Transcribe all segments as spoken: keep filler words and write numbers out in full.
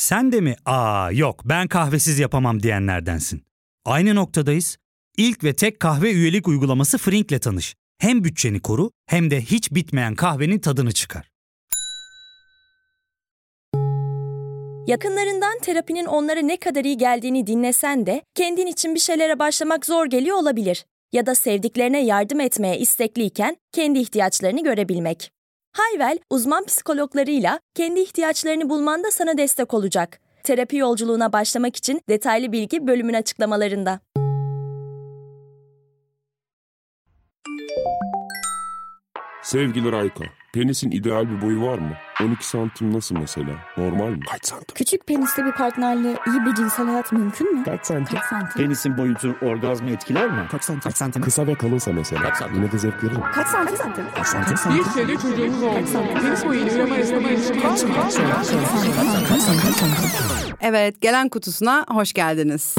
Sen de mi "Aa yok ben kahvesiz yapamam" diyenlerdensin? Aynı noktadayız. İlk ve tek kahve üyelik uygulaması Frink'le tanış. Hem bütçeni koru hem de hiç bitmeyen kahvenin tadını çıkar. Yakınlarından terapinin onlara ne kadar iyi geldiğini dinlesen de kendin için bir şeylere başlamak zor geliyor olabilir. Ya da sevdiklerine yardım etmeye istekliyken kendi ihtiyaçlarını görebilmek. Hayvel, uzman psikologlarıyla kendi ihtiyaçlarını bulmanda sana destek olacak. Terapi yolculuğuna başlamak için detaylı bilgi bölümün açıklamalarında. Sevgili Rayka, penisin ideal bir boyu var mı? on iki santim nasıl mesela? Normal mi? Kaç santim? Küçük penisli bir partnerle iyi bir cinsel hayat mümkün mü? Kaç santim? Kaç santim? Penisin boyutu orgazmı etkiler mi? Kaç santim? Kaç santim? Kısa ve kalınsa mesela. Kaç santim? Yine de zevk verir mi? Kaç santim? Kaç santim? Bir sene çocuğumuz oldu. Penis boyu üreme esneme ilişki. Evet, gelen kutusuna hoş geldiniz.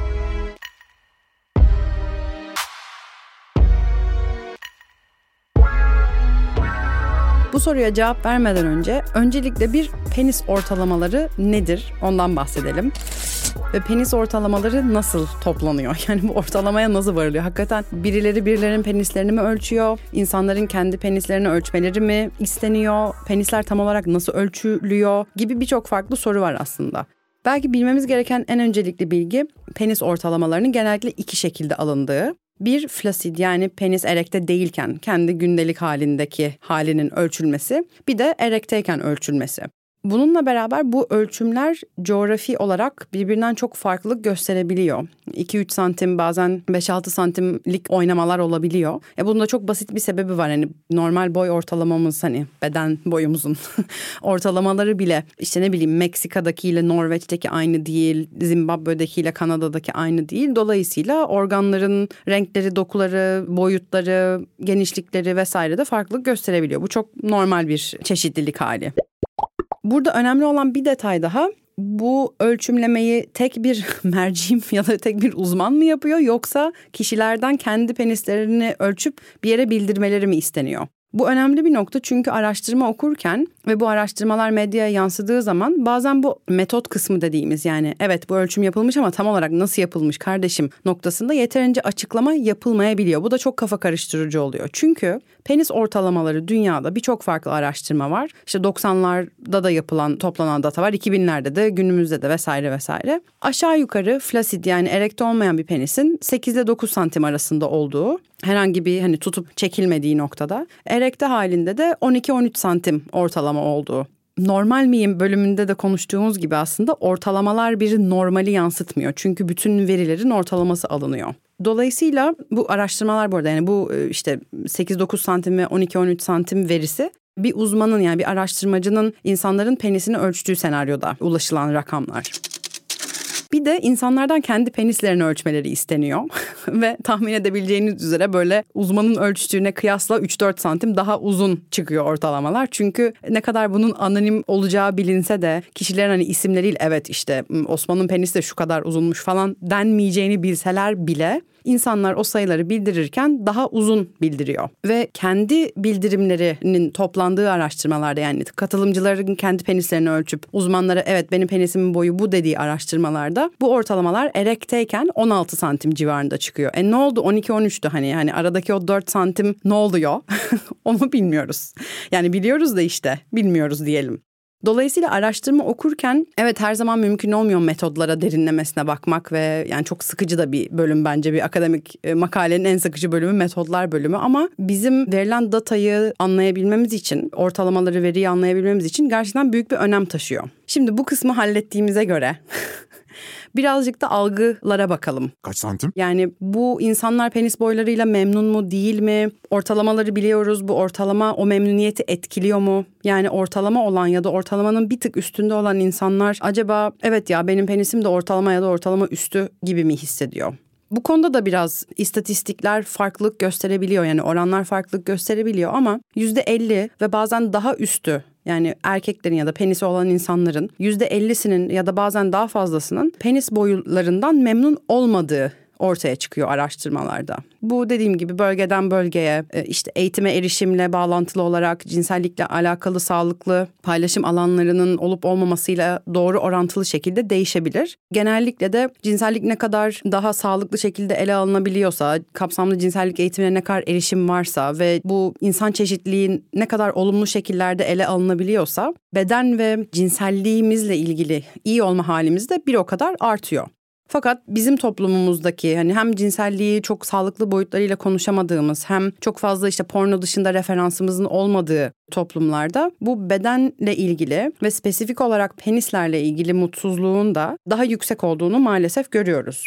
Bu soruya cevap vermeden önce öncelikle bir penis ortalamaları nedir ondan bahsedelim. Ve penis ortalamaları nasıl toplanıyor? Yani bu ortalamaya nasıl varılıyor? Hakikaten birileri birilerinin penislerini mi ölçüyor? İnsanların kendi penislerini ölçmeleri mi isteniyor? Penisler tam olarak nasıl ölçülüyor? Gibi birçok farklı soru var aslında. Belki bilmemiz gereken en öncelikli bilgi penis ortalamalarının genellikle iki şekilde alındığı. Bir, flasid yani penis erekte değilken kendi gündelik halindeki halinin ölçülmesi. Bir de erekteyken ölçülmesi. Bununla beraber bu ölçümler coğrafi olarak birbirinden çok farklılık gösterebiliyor. iki üç santim bazen beş altı santimlik oynamalar olabiliyor. E bunun da çok basit bir sebebi var. Hani normal boy ortalamamız hani beden boyumuzun ortalamaları bile işte ne bileyim Meksika'dakiyle Norveç'teki aynı değil. Zimbabwe'dekiyle Kanada'daki aynı değil. Dolayısıyla organların renkleri, dokuları, boyutları, genişlikleri vesaire de farklılık gösterebiliyor. Bu çok normal bir çeşitlilik hali. Burada önemli olan bir detay daha, bu ölçümlemeyi tek bir mercim ya da tek bir uzman mı yapıyor yoksa kişilerden kendi penislerini ölçüp bir yere bildirmeleri mi isteniyor? Bu önemli bir nokta çünkü araştırma okurken ve bu araştırmalar medyaya yansıdığı zaman bazen bu metot kısmı dediğimiz yani evet bu ölçüm yapılmış ama tam olarak nasıl yapılmış kardeşim noktasında yeterince açıklama yapılmayabiliyor. Bu da çok kafa karıştırıcı oluyor. Çünkü penis ortalamaları dünyada birçok farklı araştırma var. İşte doksanlarda da yapılan toplanan data var. iki binlerde de günümüzde de vesaire vesaire. Aşağı yukarı flasid yani erekte olmayan bir penisin sekiz ile dokuz santim arasında olduğu herhangi bir hani tutup çekilmediği noktada erekte halinde de on iki on üç santim ortalama olduğu. Normal miyim bölümünde de konuştuğumuz gibi aslında ortalamalar bir normali yansıtmıyor. Çünkü bütün verilerin ortalaması alınıyor. Dolayısıyla bu araştırmalar bu arada yani bu işte sekiz dokuz santim ve on iki on üç santim verisi bir uzmanın yani bir araştırmacının insanların penisini ölçtüğü senaryoda ulaşılan rakamlar. Bir de insanlardan kendi penislerini ölçmeleri isteniyor ve tahmin edebileceğiniz üzere böyle uzmanın ölçtüğüne kıyasla üç dört santim daha uzun çıkıyor ortalamalar. Çünkü ne kadar bunun anonim olacağı bilinse de kişilerin hani isimleriyle evet işte Osman'ın penisi de şu kadar uzunmuş falan denmeyeceğini bilseler bile İnsanlar o sayıları bildirirken daha uzun bildiriyor. Ve kendi bildirimlerinin toplandığı araştırmalarda yani katılımcıların kendi penislerini ölçüp uzmanlara evet benim penisimin boyu bu dediği araştırmalarda bu ortalamalar erekteyken on altı santim civarında çıkıyor. E ne oldu on iki on üçtü hani hani aradaki o dört santim ne oluyor onu bilmiyoruz. Yani biliyoruz da işte bilmiyoruz diyelim. Dolayısıyla araştırma okurken evet her zaman mümkün olmuyor metodlara derinlemesine bakmak ve yani çok sıkıcı da bir bölüm bence bir akademik makalenin en sıkıcı bölümü metodlar bölümü ama bizim verilen datayı anlayabilmemiz için ortalamaları veriyi anlayabilmemiz için gerçekten büyük bir önem taşıyor. Şimdi bu kısmı hallettiğimize göre birazcık da algılara bakalım. Kaç santim? Yani bu insanlar penis boylarıyla memnun mu değil mi? Ortalamaları biliyoruz. Bu ortalama o memnuniyeti etkiliyor mu? Yani ortalama olan ya da ortalamanın bir tık üstünde olan insanlar acaba evet ya benim penisim de ortalama ya da ortalama üstü gibi mi hissediyor? Bu konuda da biraz istatistikler farklılık gösterebiliyor. Yani oranlar farklılık gösterebiliyor ama yüzde elli ve bazen daha üstü yani erkeklerin ya da penisi olan insanların yüzde ellisinin ya da bazen daha fazlasının penis boylarından memnun olmadığı ortaya çıkıyor araştırmalarda. Bu dediğim gibi bölgeden bölgeye, işte eğitime erişimle bağlantılı olarak cinsellikle alakalı sağlıklı paylaşım alanlarının olup olmamasıyla doğru orantılı şekilde değişebilir. Genellikle de cinsellik ne kadar daha sağlıklı şekilde ele alınabiliyorsa, kapsamlı cinsellik eğitimine ne kadar erişim varsa ve bu insan çeşitliliğin ne kadar olumlu şekillerde ele alınabiliyorsa, beden ve cinselliğimizle ilgili iyi olma halimiz de bir o kadar artıyor. Fakat bizim toplumumuzdaki hani hem cinselliği çok sağlıklı boyutlarıyla konuşamadığımız hem çok fazla işte porno dışında referansımızın olmadığı toplumlarda bu bedenle ilgili ve spesifik olarak penislerle ilgili mutsuzluğun da daha yüksek olduğunu maalesef görüyoruz.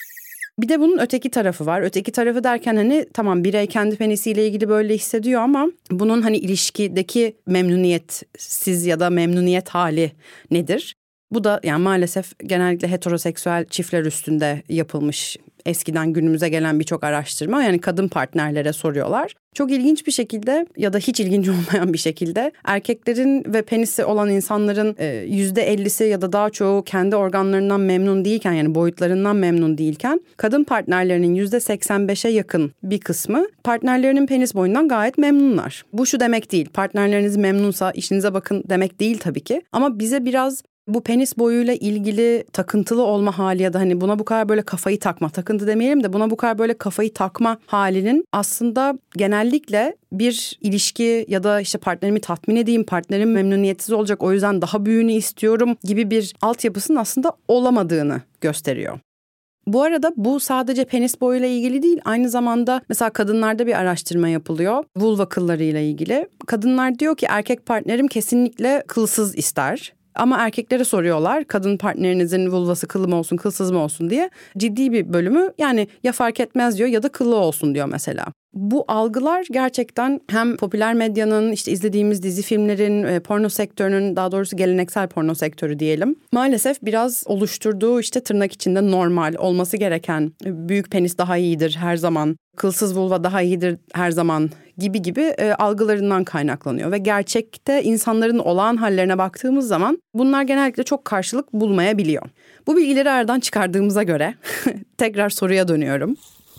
Bir de bunun öteki tarafı var. Öteki tarafı derken hani tamam birey kendi penisiyle ilgili böyle hissediyor ama bunun hani ilişkideki memnuniyetsiz ya da memnuniyet hali nedir? Bu da yani maalesef genellikle heteroseksüel çiftler üstünde yapılmış eskiden günümüze gelen birçok araştırma. Yani kadın partnerlere soruyorlar. Çok ilginç bir şekilde ya da hiç ilginç olmayan bir şekilde erkeklerin ve penisi olan insanların yüzde ellisi ya da daha çoğu kendi organlarından memnun değilken yani boyutlarından memnun değilken kadın partnerlerinin yüzde seksen beşe yakın bir kısmı partnerlerinin penis boyundan gayet memnunlar. Bu şu demek değil, partnerleriniz memnunsa işinize bakın demek değil tabii ki ama bize biraz bu penis boyuyla ilgili takıntılı olma hali ya da hani buna bu kadar böyle kafayı takma, takıntı demeyelim de buna bu kadar böyle kafayı takma halinin aslında genellikle bir ilişki ya da işte partnerimi tatmin edeyim, partnerim memnuniyetsiz olacak o yüzden daha büyüğünü istiyorum gibi bir altyapısının aslında olamadığını gösteriyor. Bu arada bu sadece penis boyuyla ilgili değil, aynı zamanda mesela kadınlarda bir araştırma yapılıyor vulva kıllarıyla ilgili. Kadınlar diyor ki erkek partnerim kesinlikle kılsız ister. Ama erkeklere soruyorlar kadın partnerinizin vulvası kıllı mı olsun kılsız mı olsun diye. Ciddi bir bölümü yani ya fark etmez diyor ya da kıllı olsun diyor mesela. Bu algılar gerçekten hem popüler medyanın işte izlediğimiz dizi filmlerin porno sektörünün daha doğrusu geleneksel porno sektörü diyelim. Maalesef biraz oluşturduğu işte tırnak içinde normal olması gereken büyük penis daha iyidir her zaman. Kılsız vulva daha iyidir her zaman gibi gibi e, algılarından kaynaklanıyor. Ve gerçekte insanların olağan hallerine baktığımız zaman bunlar genellikle çok karşılık bulmayabiliyor. Bu bilgileri aradan çıkardığımıza göre tekrar soruya dönüyorum.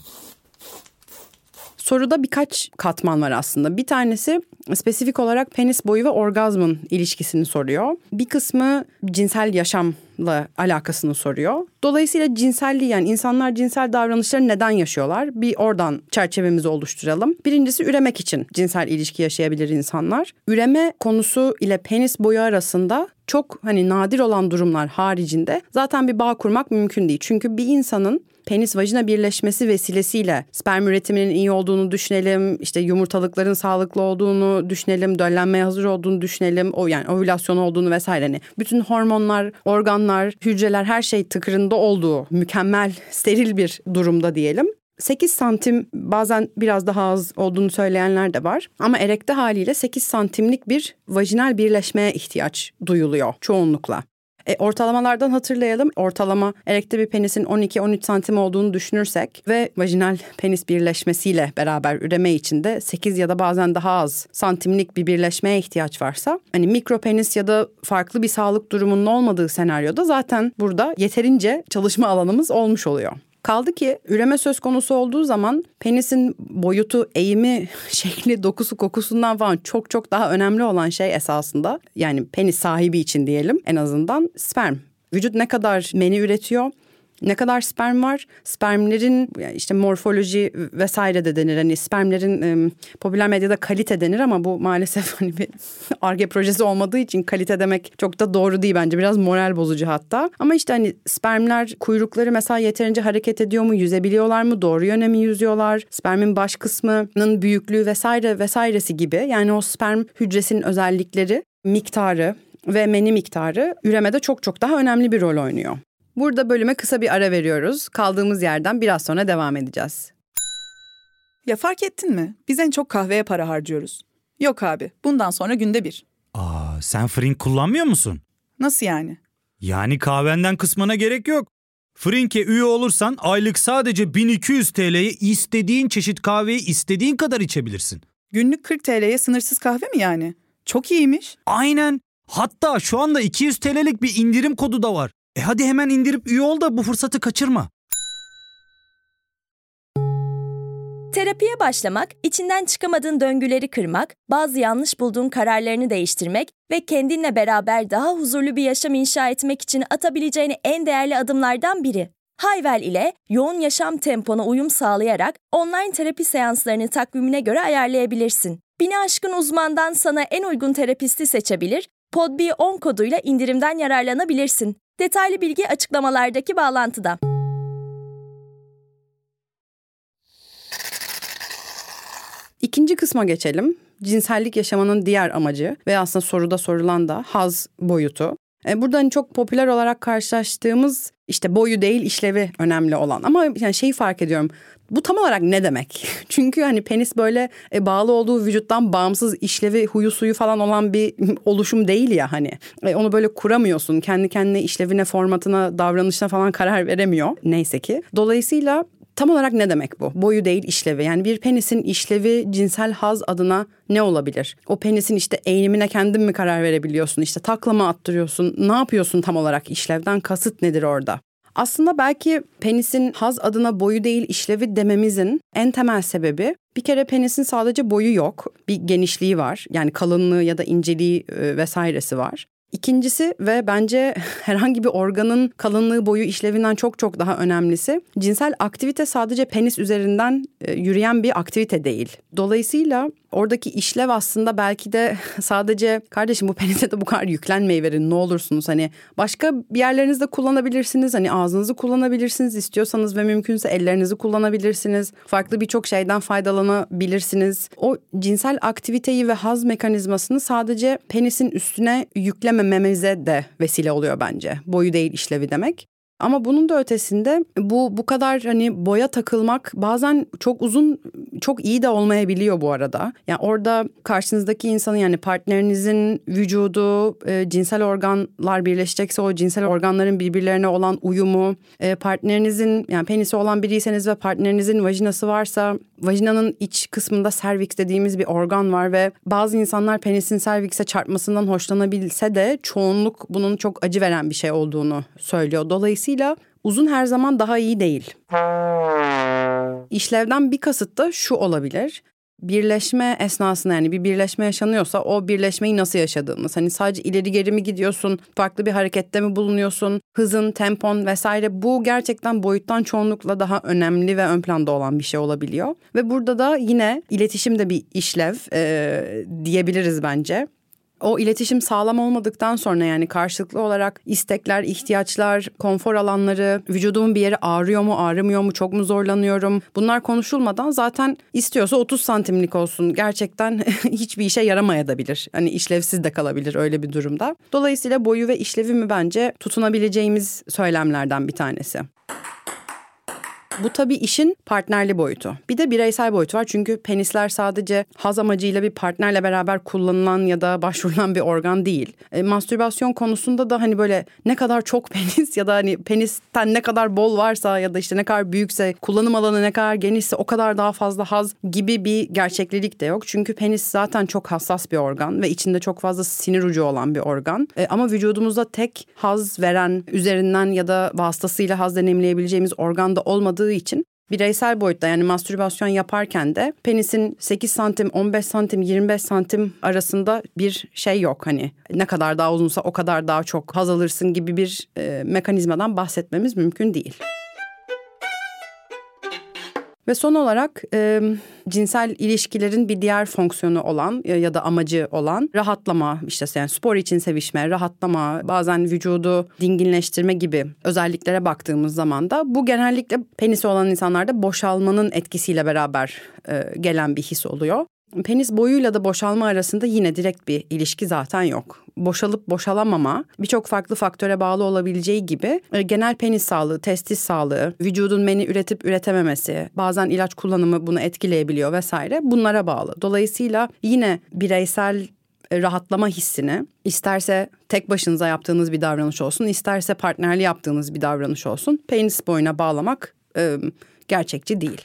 Soruda birkaç katman var aslında. Bir tanesi spesifik olarak penis boyu ve orgazmın ilişkisini soruyor. Bir kısmı cinsel yaşamla alakasını soruyor. Dolayısıyla cinselliği yani insanlar cinsel davranışları neden yaşıyorlar? Bir oradan çerçevemizi oluşturalım. Birincisi üremek için cinsel ilişki yaşayabilir insanlar. Üreme konusu ile penis boyu arasında çok hani nadir olan durumlar haricinde zaten bir bağ kurmak mümkün değil. Çünkü bir insanın penis vajina birleşmesi vesilesiyle sperm üretiminin iyi olduğunu düşünelim, işte yumurtalıkların sağlıklı olduğunu düşünelim, döllenmeye hazır olduğunu düşünelim, o yani ovülasyon olduğunu vesaire. Hani bütün hormonlar, organlar, hücreler her şey tıkırında olduğu mükemmel, steril bir durumda diyelim. sekiz santim bazen biraz daha az olduğunu söyleyenler de var. Ama erekte haliyle sekiz santimlik bir vajinal birleşmeye ihtiyaç duyuluyor çoğunlukla. E, ortalamalardan hatırlayalım. Ortalama erekte bir penisin on iki on üç santim olduğunu düşünürsek ve vajinal penis birleşmesiyle beraber üreme için de sekiz ya da bazen daha az santimlik bir birleşmeye ihtiyaç varsa hani mikro penis ya da farklı bir sağlık durumunun olmadığı senaryoda zaten burada yeterince çalışma alanımız olmuş oluyor. Kaldı ki üreme söz konusu olduğu zaman penisin boyutu, eğimi, şekli, dokusu, kokusundan falan çok çok daha önemli olan şey esasında yani penis sahibi için diyelim en azından sperm. Vücut ne kadar meni üretiyor? Ne kadar sperm var? Spermlerin işte morfoloji vesaire de denir. Hani spermlerin e, popüler medyada kalite denir ama bu maalesef hani bir Ar-Ge projesi olmadığı için kalite demek çok da doğru değil bence. Biraz moral bozucu hatta. Ama işte hani spermler kuyrukları mesela yeterince hareket ediyor mu? Yüzebiliyorlar mı? Doğru yöne mi yüzüyorlar? Spermin baş kısmının büyüklüğü vesaire vesairesi gibi. Yani o sperm hücresinin özellikleri, miktarı ve meni miktarı üremede çok çok daha önemli bir rol oynuyor. Burada bölüme kısa bir ara veriyoruz. Kaldığımız yerden biraz sonra devam edeceğiz. Ya fark ettin mi? Biz en çok kahveye para harcıyoruz. Yok abi, bundan sonra günde bir. Aa, sen Frink kullanmıyor musun? Nasıl yani? Yani kahvenden kısmına gerek yok. Frink'e üye olursan aylık sadece bin iki yüz T L'ye istediğin çeşit kahveyi istediğin kadar içebilirsin. Günlük kırk T L'ye sınırsız kahve mi yani? Çok iyiymiş. Aynen. Hatta şu anda iki yüz T L'lik bir indirim kodu da var. E hadi hemen indirip üye ol da bu fırsatı kaçırma. Terapiye başlamak, içinden çıkamadığın döngüleri kırmak, bazı yanlış bulduğun kararlarını değiştirmek ve kendinle beraber daha huzurlu bir yaşam inşa etmek için atabileceğin en değerli adımlardan biri. Hayvel ile yoğun yaşam tempona uyum sağlayarak online terapi seanslarını takvimine göre ayarlayabilirsin. Bini aşkın uzmandan sana en uygun terapisti seçebilir, Podbi on koduyla indirimden yararlanabilirsin. Detaylı bilgi açıklamalardaki bağlantıda. İkinci kısma geçelim. Cinsellik yaşamanın diğer amacı ve aslında soruda sorulan da haz boyutu. Burada hani çok popüler olarak karşılaştığımız işte boyu değil işlevi önemli olan. Ama yani şeyi fark ediyorum. Bu tam olarak ne demek? Çünkü hani penis böyle e, bağlı olduğu vücuttan bağımsız işlevi, huyu suyu falan olan bir oluşum değil ya hani. E, onu böyle kuramıyorsun. Kendi kendine işlevine, formatına, davranışına falan karar veremiyor. Neyse ki. Dolayısıyla tam olarak ne demek bu? Boyu değil işlevi. Yani bir penisin işlevi cinsel haz adına ne olabilir? O penisin işte eğimine kendin mi karar verebiliyorsun? İşte takla mı attırıyorsun? Ne yapıyorsun tam olarak işlevden? Kasıt nedir orada? Aslında belki penisin haz adına boyu değil işlevi dememizin en temel sebebi bir kere penisin sadece boyu yok. Bir genişliği var. Yani kalınlığı ya da inceliği vesairesi var. İkincisi ve bence herhangi bir organın kalınlığı boyu işlevinden çok çok daha önemlisi, cinsel aktivite sadece penis üzerinden yürüyen bir aktivite değil. Dolayısıyla oradaki işlev aslında belki de sadece kardeşim bu penise de bu kadar yüklenmeyi verin ne olursunuz. Hani başka bir yerlerinizde kullanabilirsiniz. Hani ağzınızı kullanabilirsiniz istiyorsanız ve mümkünse ellerinizi kullanabilirsiniz. Farklı birçok şeyden faydalanabilirsiniz. O cinsel aktiviteyi ve haz mekanizmasını sadece penisin üstüne yüklemememize de vesile oluyor bence. Boyu değil işlevi demek. Ama bunun da ötesinde bu bu kadar hani boya takılmak bazen çok uzun, çok iyi de olmayabiliyor bu arada. Yani orada karşınızdaki insanın yani partnerinizin vücudu, e, cinsel organlar birleşecekse o cinsel organların birbirlerine olan uyumu, e, partnerinizin yani penisi olan biriyseniz ve partnerinizin vajinası varsa vajinanın iç kısmında serviks dediğimiz bir organ var ve bazı insanlar penisin servikse çarpmasından hoşlanabilse de çoğunluk bunun çok acı veren bir şey olduğunu söylüyor. Dolayısıyla uzun her zaman daha iyi değil. İşlevden bir kasıt da şu olabilir. Birleşme esnasında yani bir birleşme yaşanıyorsa o birleşmeyi nasıl yaşadığımız. Hani sadece ileri geri mi gidiyorsun, farklı bir harekette mi bulunuyorsun, hızın, tempon vesaire bu gerçekten boyuttan çoğunlukla daha önemli ve ön planda olan bir şey olabiliyor. Ve burada da yine iletişim de bir işlev e, diyebiliriz bence. O iletişim sağlam olmadıktan sonra yani karşılıklı olarak istekler, ihtiyaçlar, konfor alanları, vücudumun bir yeri ağrıyor mu, ağrımıyor mu, çok mu zorlanıyorum? Bunlar konuşulmadan zaten istiyorsa otuz santimlik olsun. Gerçekten hiçbir işe yaramayabilir. Hani işlevsiz de kalabilir öyle bir durumda. Dolayısıyla boyu ve işlevi mi bence tutunabileceğimiz söylemlerden bir tanesi. Bu tabii işin partnerli boyutu. Bir de bireysel boyutu var. Çünkü penisler sadece haz amacıyla bir partnerle beraber kullanılan ya da başvurulan bir organ değil. E, mastürbasyon konusunda da hani böyle ne kadar çok penis ya da hani penisten ne kadar bol varsa ya da işte ne kadar büyükse, kullanım alanı ne kadar genişse o kadar daha fazla haz gibi bir gerçeklilik de yok. Çünkü penis zaten çok hassas bir organ ve içinde çok fazla sinir ucu olan bir organ. E, ama vücudumuzda tek haz veren, üzerinden ya da vasıtasıyla haz deneyimleyebileceğimiz organ da olmadığı için bireysel boyutta yani mastürbasyon yaparken de penisin sekiz santim, on beş santim, yirmi beş santim arasında bir şey yok. Hani ne kadar daha uzunsa o kadar daha çok haz alırsın gibi bir e, mekanizmadan bahsetmemiz mümkün değil. Ve son olarak e, cinsel ilişkilerin bir diğer fonksiyonu olan ya, ya da amacı olan rahatlama, işte yani spor için sevişme, rahatlama, bazen vücudu dinginleştirme gibi özelliklere baktığımız zaman da bu genellikle penisi olan insanlarda boşalmanın etkisiyle beraber e, gelen bir his oluyor. Penis boyuyla da boşalma arasında yine direkt bir ilişki zaten yok. Boşalıp boşalamama birçok farklı faktöre bağlı olabileceği gibi genel penis sağlığı, testis sağlığı, vücudun meni üretip üretememesi, bazen ilaç kullanımı bunu etkileyebiliyor vesaire bunlara bağlı. Dolayısıyla yine bireysel rahatlama hissini isterse tek başınıza yaptığınız bir davranış olsun, isterse partnerli yaptığınız bir davranış olsun penis boyuna bağlamak e, gerçekçi değil.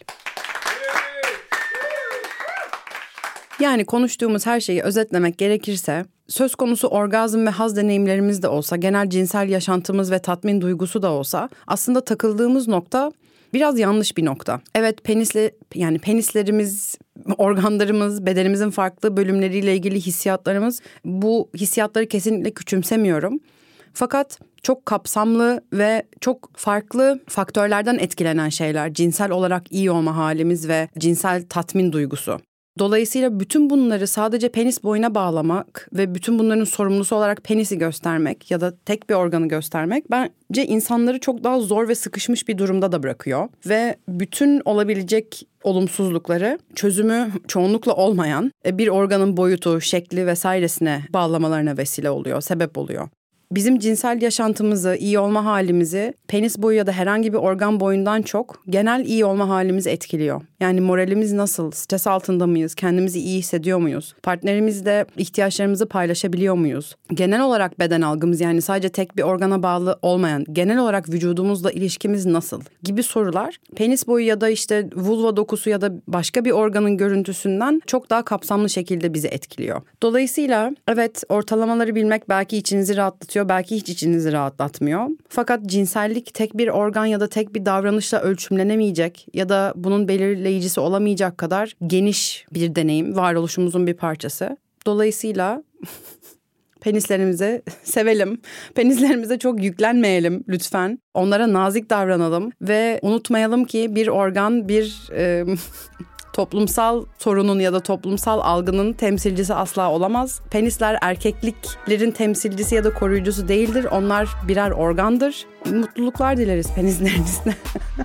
Yani konuştuğumuz her şeyi özetlemek gerekirse söz konusu orgazm ve haz deneyimlerimiz de olsa, genel cinsel yaşantımız ve tatmin duygusu da olsa aslında takıldığımız nokta biraz yanlış bir nokta. Evet, penisle yani penislerimiz, organlarımız, bedenimizin farklı bölümleriyle ilgili hissiyatlarımız, bu hissiyatları kesinlikle küçümsemiyorum. Fakat çok kapsamlı ve çok farklı faktörlerden etkilenen şeyler. Cinsel olarak iyi olma halimiz ve cinsel tatmin duygusu. Dolayısıyla bütün bunları sadece penis boyuna bağlamak ve bütün bunların sorumlusu olarak penisi göstermek ya da tek bir organı göstermek bence insanları çok daha zor ve sıkışmış bir durumda da bırakıyor. Ve bütün olabilecek olumsuzlukları çözümü çoğunlukla olmayan bir organın boyutu, şekli vesairesine bağlamalarına vesile oluyor, sebep oluyor. Bizim cinsel yaşantımızı, iyi olma halimizi penis boyu ya da herhangi bir organ boyundan çok genel iyi olma halimizi etkiliyor. Yani moralimiz nasıl, stres altında mıyız, kendimizi iyi hissediyor muyuz, partnerimizle ihtiyaçlarımızı paylaşabiliyor muyuz? Genel olarak beden algımız, yani sadece tek bir organa bağlı olmayan, genel olarak vücudumuzla ilişkimiz nasıl gibi sorular penis boyu ya da işte vulva dokusu ya da başka bir organın görüntüsünden çok daha kapsamlı şekilde bizi etkiliyor. Dolayısıyla evet, ortalamaları bilmek belki içinizi rahatlatıyor, belki hiç içinizi rahatlatmıyor. Fakat cinsellik tek bir organ ya da tek bir davranışla ölçümlenemeyecek ya da bunun belirleyicisi olamayacak kadar geniş bir deneyim, varoluşumuzun bir parçası. Dolayısıyla penislerimizi sevelim, penislerimize çok yüklenmeyelim lütfen. Onlara nazik davranalım ve unutmayalım ki bir organ bir e, toplumsal sorunun ya da toplumsal algının temsilcisi asla olamaz. Penisler erkekliklerin temsilcisi ya da koruyucusu değildir. Onlar birer organdır. Mutluluklar dileriz penislerinizle.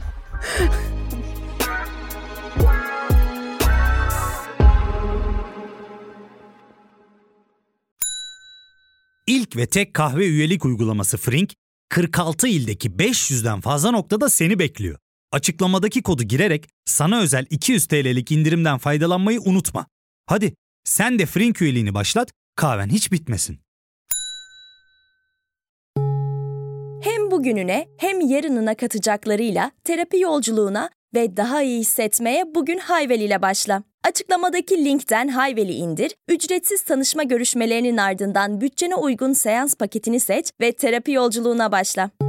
İlk ve tek kahve üyelik uygulaması Frink, kırk altı ildeki beş yüzden fazla noktada seni bekliyor. Açıklamadaki kodu girerek sana özel iki yüz TL'lik indirimden faydalanmayı unutma. Hadi sen de Frink üyeliğini başlat, kahven hiç bitmesin. Hem bugününe hem yarınına katacaklarıyla terapi yolculuğuna ve daha iyi hissetmeye bugün Hayvel ile başla. Açıklamadaki linkten Hayvel'i indir, ücretsiz tanışma görüşmelerinin ardından bütçene uygun seans paketini seç ve terapi yolculuğuna başla.